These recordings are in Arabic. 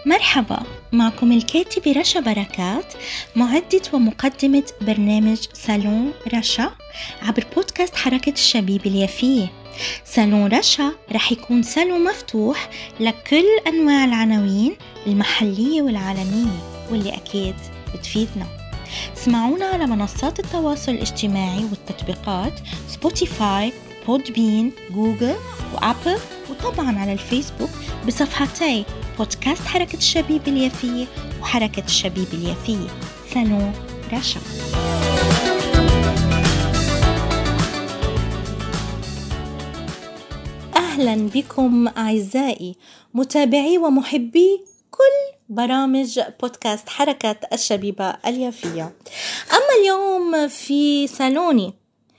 مرحبا، معكم الكاتبة رشا بركات، معدة ومقدمة برنامج صالون رشا عبر بودكاست حركة الشبيب اليافية. صالون رشا رح يكون صالون مفتوح لكل أنواع العناوين المحلية والعالمية واللي أكيد بتفيدنا. اسمعونا على منصات التواصل الاجتماعي والتطبيقات سبوتيفاي، بودبين، جوجل وأبل، وطبعا على الفيسبوك بصفحتي بودكاست حركة الشبيب اليافية وحركة الشبيب اليافية. صالون رشا. أهلا بكم أعزائي متابعي ومحبي كل برامج بودكاست حركة الشبيبة اليافية. أما اليوم في صالوني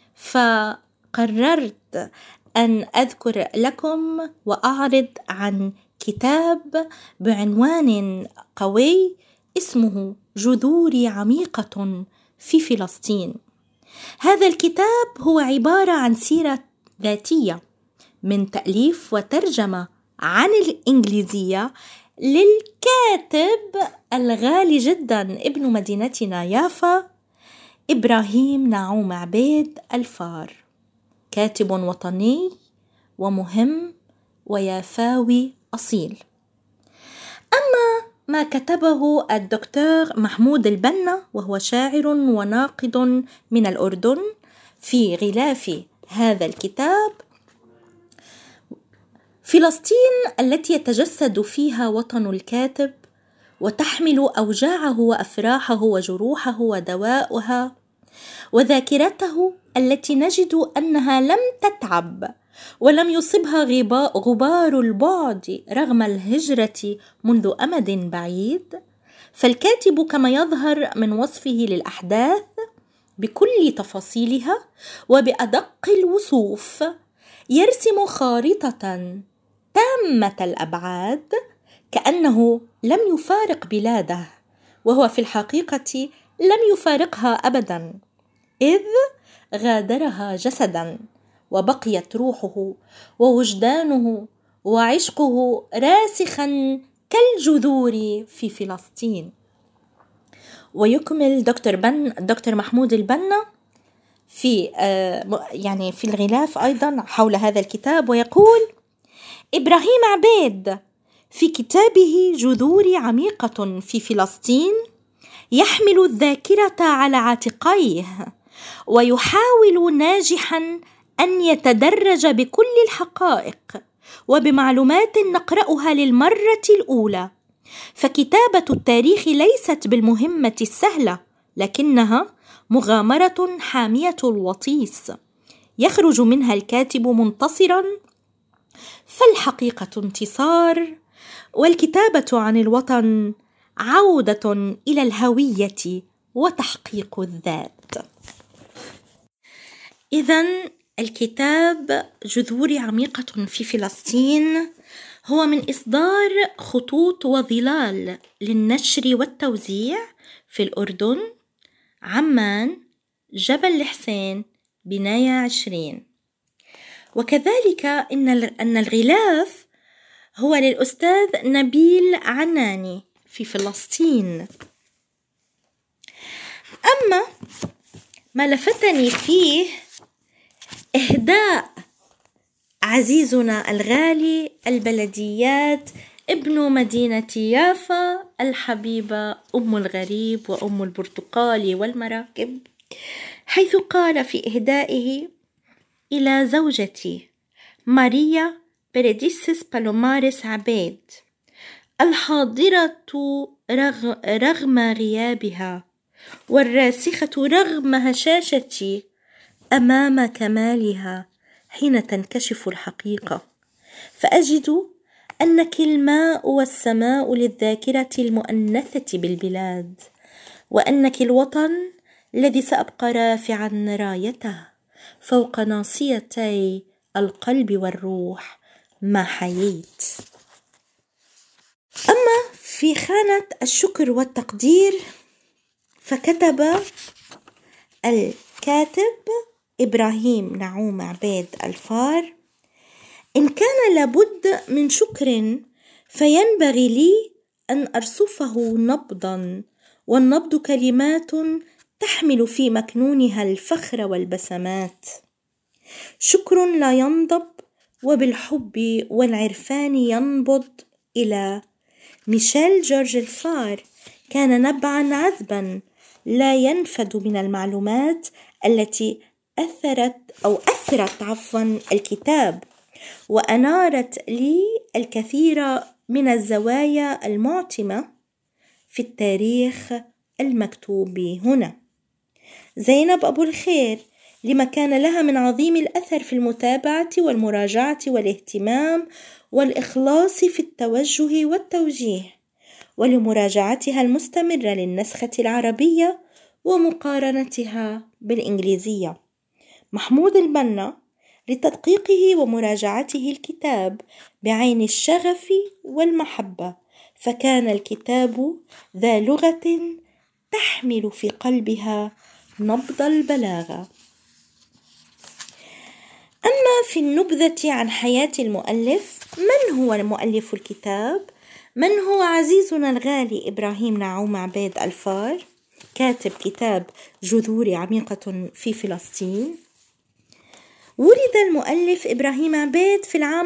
فقررت أن أذكر لكم وأعرض عن كتاب بعنوان قوي اسمه جذوري عميقة في فلسطين. هذا الكتاب هو عبارة عن سيرة ذاتية من تأليف وترجمة عن الإنجليزية للكاتب الغالي جدا ابن مدينتنا يافا إبراهيم نعوم عبيد الفار، كاتب وطني ومهم ويافاوي أصيل. أما ما كتبه الدكتور محمود البنا وهو شاعر وناقد من الأردن في غلاف هذا الكتاب: فلسطين التي يتجسد فيها وطن الكاتب وتحمل أوجاعه وأفراحه وجروحه ودواءها وذاكرته التي نجد أنها لم تتعب ولم يصبها غبار البعد رغم الهجرة منذ أمد بعيد. فالكاتب كما يظهر من وصفه للأحداث بكل تفاصيلها وبأدق الوصوف يرسم خارطة تامة الأبعاد كأنه لم يفارق بلاده، وهو في الحقيقة لم يفارقها أبدا، إذ غادرها جسدا وبقيت روحه ووجدانه وعشقه راسخا كالجذور في فلسطين. ويكمل دكتور محمود البنا في الغلاف أيضا حول هذا الكتاب ويقول: إبراهيم عبيد في كتابه جذوري عميقة في فلسطين يحمل الذاكرة على عاتقيه ويحاول ناجحا أن يتدرج بكل الحقائق وبمعلومات نقرأها للمرة الأولى. فكتابة التاريخ ليست بالمهمة السهلة، لكنها مغامرة حامية الوطيس يخرج منها الكاتب منتصرا، فالحقيقة انتصار، والكتابة عن الوطن عودة إلى الهوية وتحقيق الذات. إذن الكتاب جذوري عميقة في فلسطين هو من إصدار خطوط وظلال للنشر والتوزيع في الأردن، عمان، جبل الحسين، بناية 20. وكذلك أن الغلاف هو للأستاذ نبيل عناني في فلسطين. أما ما لفتني فيه إهداء عزيزنا الغالي البلديات ابن مدينة يافا الحبيبة أم الغريب وأم البرتقال والمراكب، حيث قال في إهدائه: إلى زوجتي ماريا بيريديسيس بالوماريس عبيد الحاضرة رغم غيابها والراسخة رغم هشاشتي أمام كمالها حين تنكشف الحقيقة، فأجد أنك الماء والسماء للذاكرة المؤنثة بالبلاد، وأنك الوطن الذي سأبقى رافعا رايته فوق ناصيتي القلب والروح ما حييت. أما في خانة الشكر والتقدير فكتب الكاتب إبراهيم نعوم عبيد الفار: إن كان لابد من شكر فينبغي لي أن أرصفه نبضا، والنبض كلمات تحمل في مكنونها الفخر والبسمات. شكر لا ينضب وبالحب والعرفان ينبض. إلى ميشيل جورج الفار كان نبعا عذبا لا ينفد من المعلومات التي أثرت الكتاب، وأنارت لي الكثير من الزوايا المعتمة في التاريخ المكتوب هنا. زينب أبو الخير لما كان لها من عظيم الأثر في المتابعة والمراجعة والاهتمام والإخلاص في التوجه والتوجيه، ولمراجعتها المستمرة للنسخة العربية ومقارنتها بالإنجليزية. محمود البنا لتدقيقه ومراجعته الكتاب بعين الشغف والمحبة، فكان الكتاب ذا لغة تحمل في قلبها نبض البلاغة. أما في النبذة عن حياة المؤلف، من هو مؤلف الكتاب؟ من هو عزيزنا الغالي إبراهيم نعوم عبيد الفار، كاتب كتاب جذور عميقة في فلسطين. ولد المؤلف إبراهيم عبيد في العام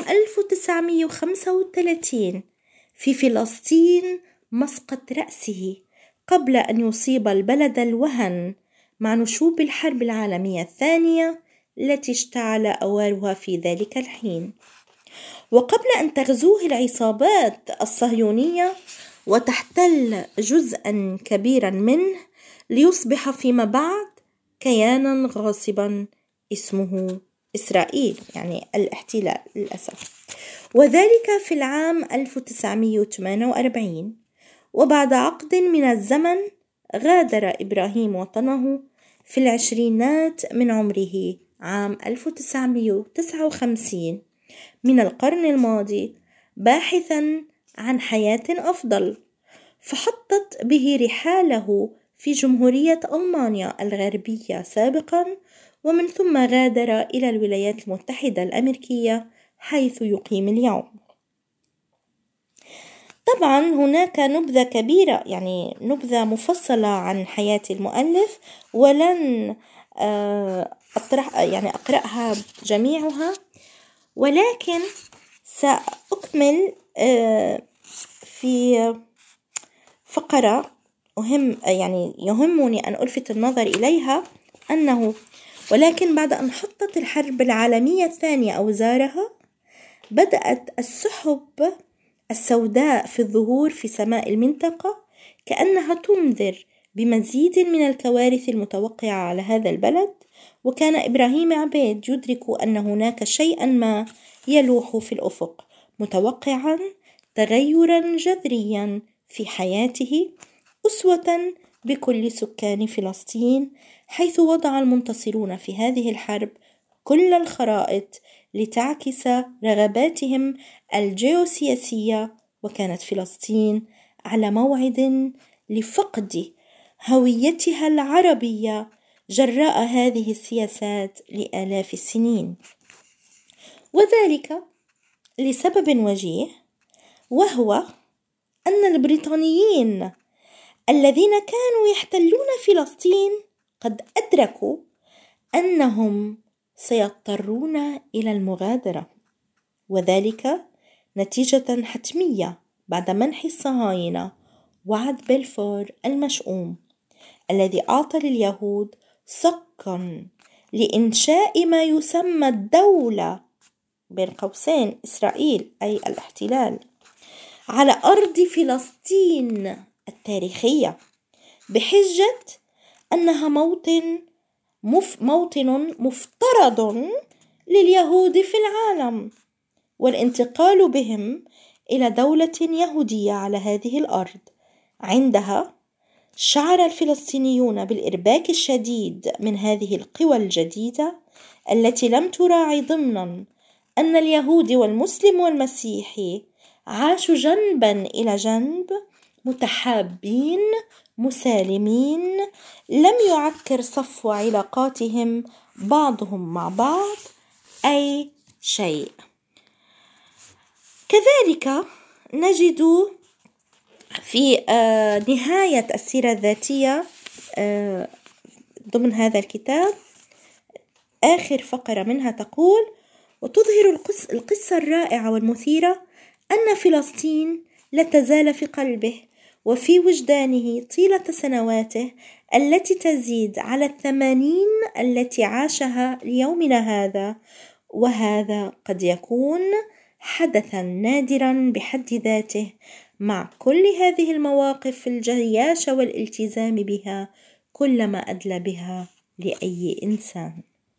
1935 في فلسطين مسقط رأسه، قبل أن يصيب البلد الوهن مع نشوب الحرب العالمية الثانية التي اشتعل أوارها في ذلك الحين، وقبل أن تغزوه العصابات الصهيونية وتحتل جزءا كبيرا منه ليصبح فيما بعد كيانا غاصبا اسمه إسرائيل، يعني الاحتلال للأسف، وذلك في العام 1948. وبعد عقد من الزمن غادر إبراهيم وطنه في العشرينات من عمره عام 1959 من القرن الماضي، باحثا عن حياة أفضل، فحطت به رحاله في جمهورية ألمانيا الغربية سابقا، ومن ثم غادر إلى الولايات المتحدة الأمريكية حيث يقيم اليوم. طبعا هناك نبذة كبيرة، يعني نبذة مفصلة عن حياة المؤلف، ولن أقرأها جميعها، ولكن سأكمل في فقرة يهمني أن ألفت النظر إليها، أنه ولكن بعد أن حطت الحرب العالمية الثانية أوزارها، بدأت السحب السوداء في الظهور في سماء المنطقة، كأنها تنذر بمزيد من الكوارث المتوقعة على هذا البلد. وكان إبراهيم عبيد يدرك أن هناك شيئا ما يلوح في الأفق، متوقعا تغيرا جذريا في حياته، أسوة بكل سكان فلسطين، حيث وضع المنتصرون في هذه الحرب كل الخرائط لتعكس رغباتهم الجيوسياسية، وكانت فلسطين على موعد لفقد هويتها العربية جراء هذه السياسات لآلاف السنين، وذلك لسبب وجيه، وهو أن البريطانيين الذين كانوا يحتلون فلسطين قد أدركوا أنهم سيضطرون إلى المغادرة، وذلك نتيجة حتمية بعد منح الصهاينة وعد بلفور المشؤوم الذي أعطى لليهود صكا لإنشاء ما يسمى الدولة بين قوسين إسرائيل أي الاحتلال على أرض فلسطين التاريخية، بحجة أنها موطن مفترض لليهود في العالم، والانتقال بهم إلى دولة يهودية على هذه الأرض. عندها شعر الفلسطينيون بالإرباك الشديد من هذه القوى الجديدة التي لم تراعي ضمنا أن اليهود والمسلم والمسيحي عاشوا جنبا إلى جنب، متحابين مسالمين، لم يعكر صفو علاقاتهم بعضهم مع بعض أي شيء. كذلك نجد في نهاية السيرة الذاتية ضمن هذا الكتاب آخر فقرة منها تقول: وتظهر القصة الرائعة والمثيرة أن فلسطين لا تزال في قلبه وفي وجدانه طيلة سنواته التي تزيد على 80 التي عاشها ليومنا هذا، وهذا قد يكون حدثا نادرا بحد ذاته. مع كل هذه المواقف الجياشة والالتزام بها كلما أدلى بها لأي إنسان.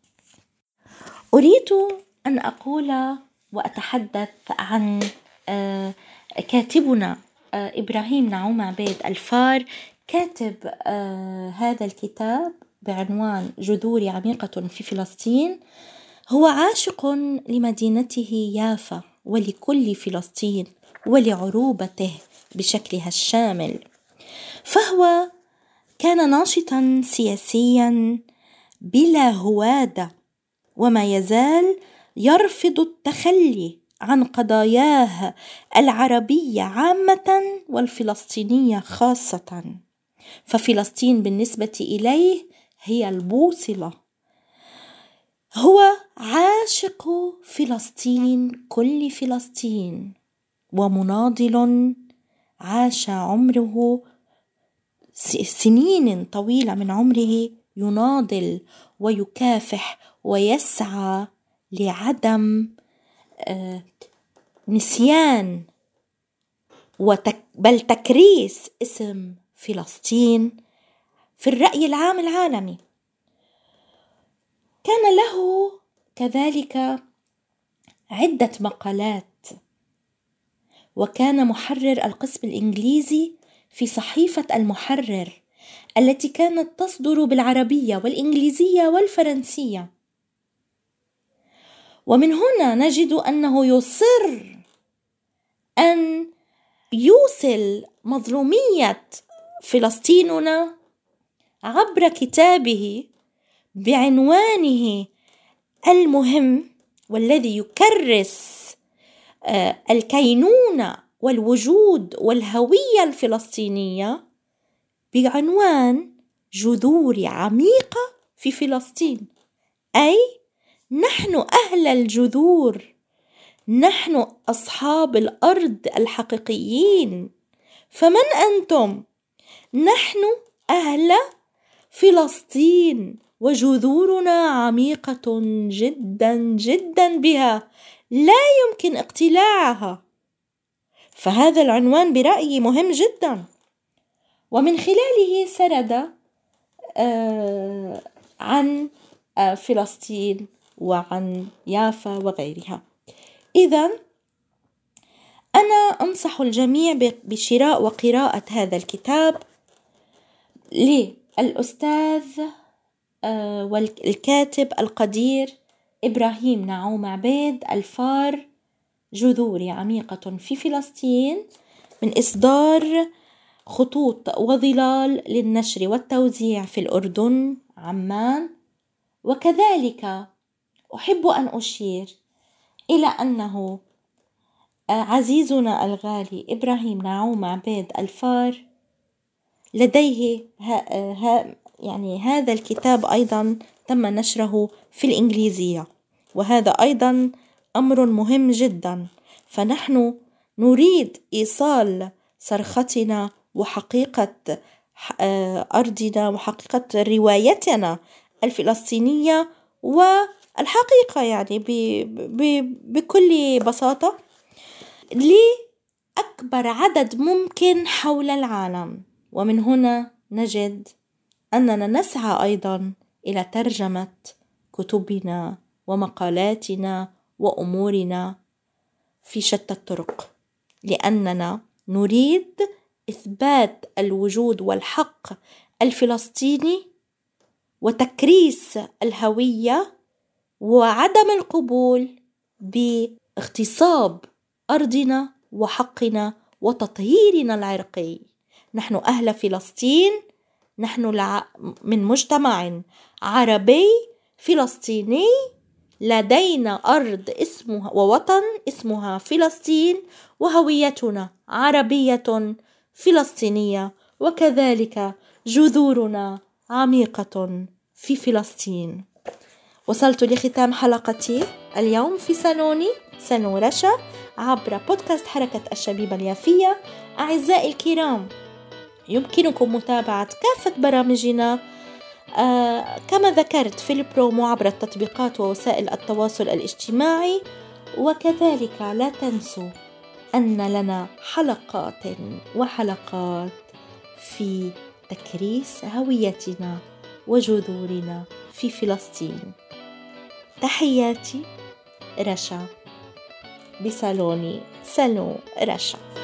أريد أن أقول وأتحدث عن كاتبنا إبراهيم نعوم عبيد الفار، كاتب هذا الكتاب بعنوان جذوري عميقة في فلسطين. هو عاشق لمدينته يافا ولكل فلسطين ولعروبته بشكلها الشامل، فهو كان ناشطا سياسيا بلا هوادة، وما يزال يرفض التخلي عن قضاياه العربية عامة والفلسطينية خاصة، ففلسطين بالنسبة إليه هي البوصلة. هو عاشق فلسطين، كل فلسطين، ومناضل عاش عمره سنين طويلة من عمره يناضل ويكافح ويسعى لعدم نسيان بل تكريس اسم فلسطين في الرأي العام العالمي. كان له كذلك عدة مقالات، وكان محرر القسم الإنجليزي في صحيفة المحرر التي كانت تصدر بالعربية والإنجليزية والفرنسية. ومن هنا نجد أنه يصر أن يوصل مظلومية فلسطيننا عبر كتابه بعنوانه المهم والذي يكرس الكينونة والوجود والهوية الفلسطينية بعنوان جذوري عميقة في فلسطين، أي نحن أهل الجذور، نحن أصحاب الأرض الحقيقيين. فمن أنتم؟ نحن أهل فلسطين وجذورنا عميقة جدا جدا بها، لا يمكن اقتلاعها. فهذا العنوان برأيي مهم جدا، ومن خلاله سرد عن فلسطين وعن يافا وغيرها. إذن أنا أنصح الجميع بشراء وقراءة هذا الكتاب للأستاذ والكاتب القدير إبراهيم نعوم عبيد الفار، جذوري عميقة في فلسطين، من إصدار خطوط وظلال للنشر والتوزيع في الأردن عمان. وكذلك أحب أن أشير إلى أنه عزيزنا الغالي إبراهيم نعوم عبيد الفار لديه يعني هذا الكتاب أيضا تم نشره في الإنجليزية، وهذا أيضا أمر مهم جدا. فنحن نريد إيصال صرختنا وحقيقة أرضنا وحقيقة روايتنا الفلسطينية والحقيقة يعني بكل بساطة لأكبر عدد ممكن حول العالم. ومن هنا نجد أننا نسعى أيضا إلى ترجمة كتبنا ومقالاتنا وأمورنا في شتى الطرق، لأننا نريد إثبات الوجود والحق الفلسطيني وتكريس الهوية وعدم القبول باغتصاب أرضنا وحقنا وتطهيرنا العرقي. نحن أهل فلسطين، نحن من مجتمع عربي فلسطيني، لدينا أرض اسمها ووطن اسمها فلسطين، وهويتنا عربية فلسطينية، وكذلك جذورنا عميقة في فلسطين. وصلت لختام حلقتي اليوم في سالون رشا عبر بودكاست حركة الشبيبة اليافية. أعزائي الكرام، يمكنكم متابعة كافة برامجنا كما ذكرت في البرومو عبر التطبيقات ووسائل التواصل الاجتماعي، وكذلك لا تنسوا أن لنا حلقات وحلقات في تكريس هويتنا وجذورنا في فلسطين. تحياتي رشا بصالون سالون رشا.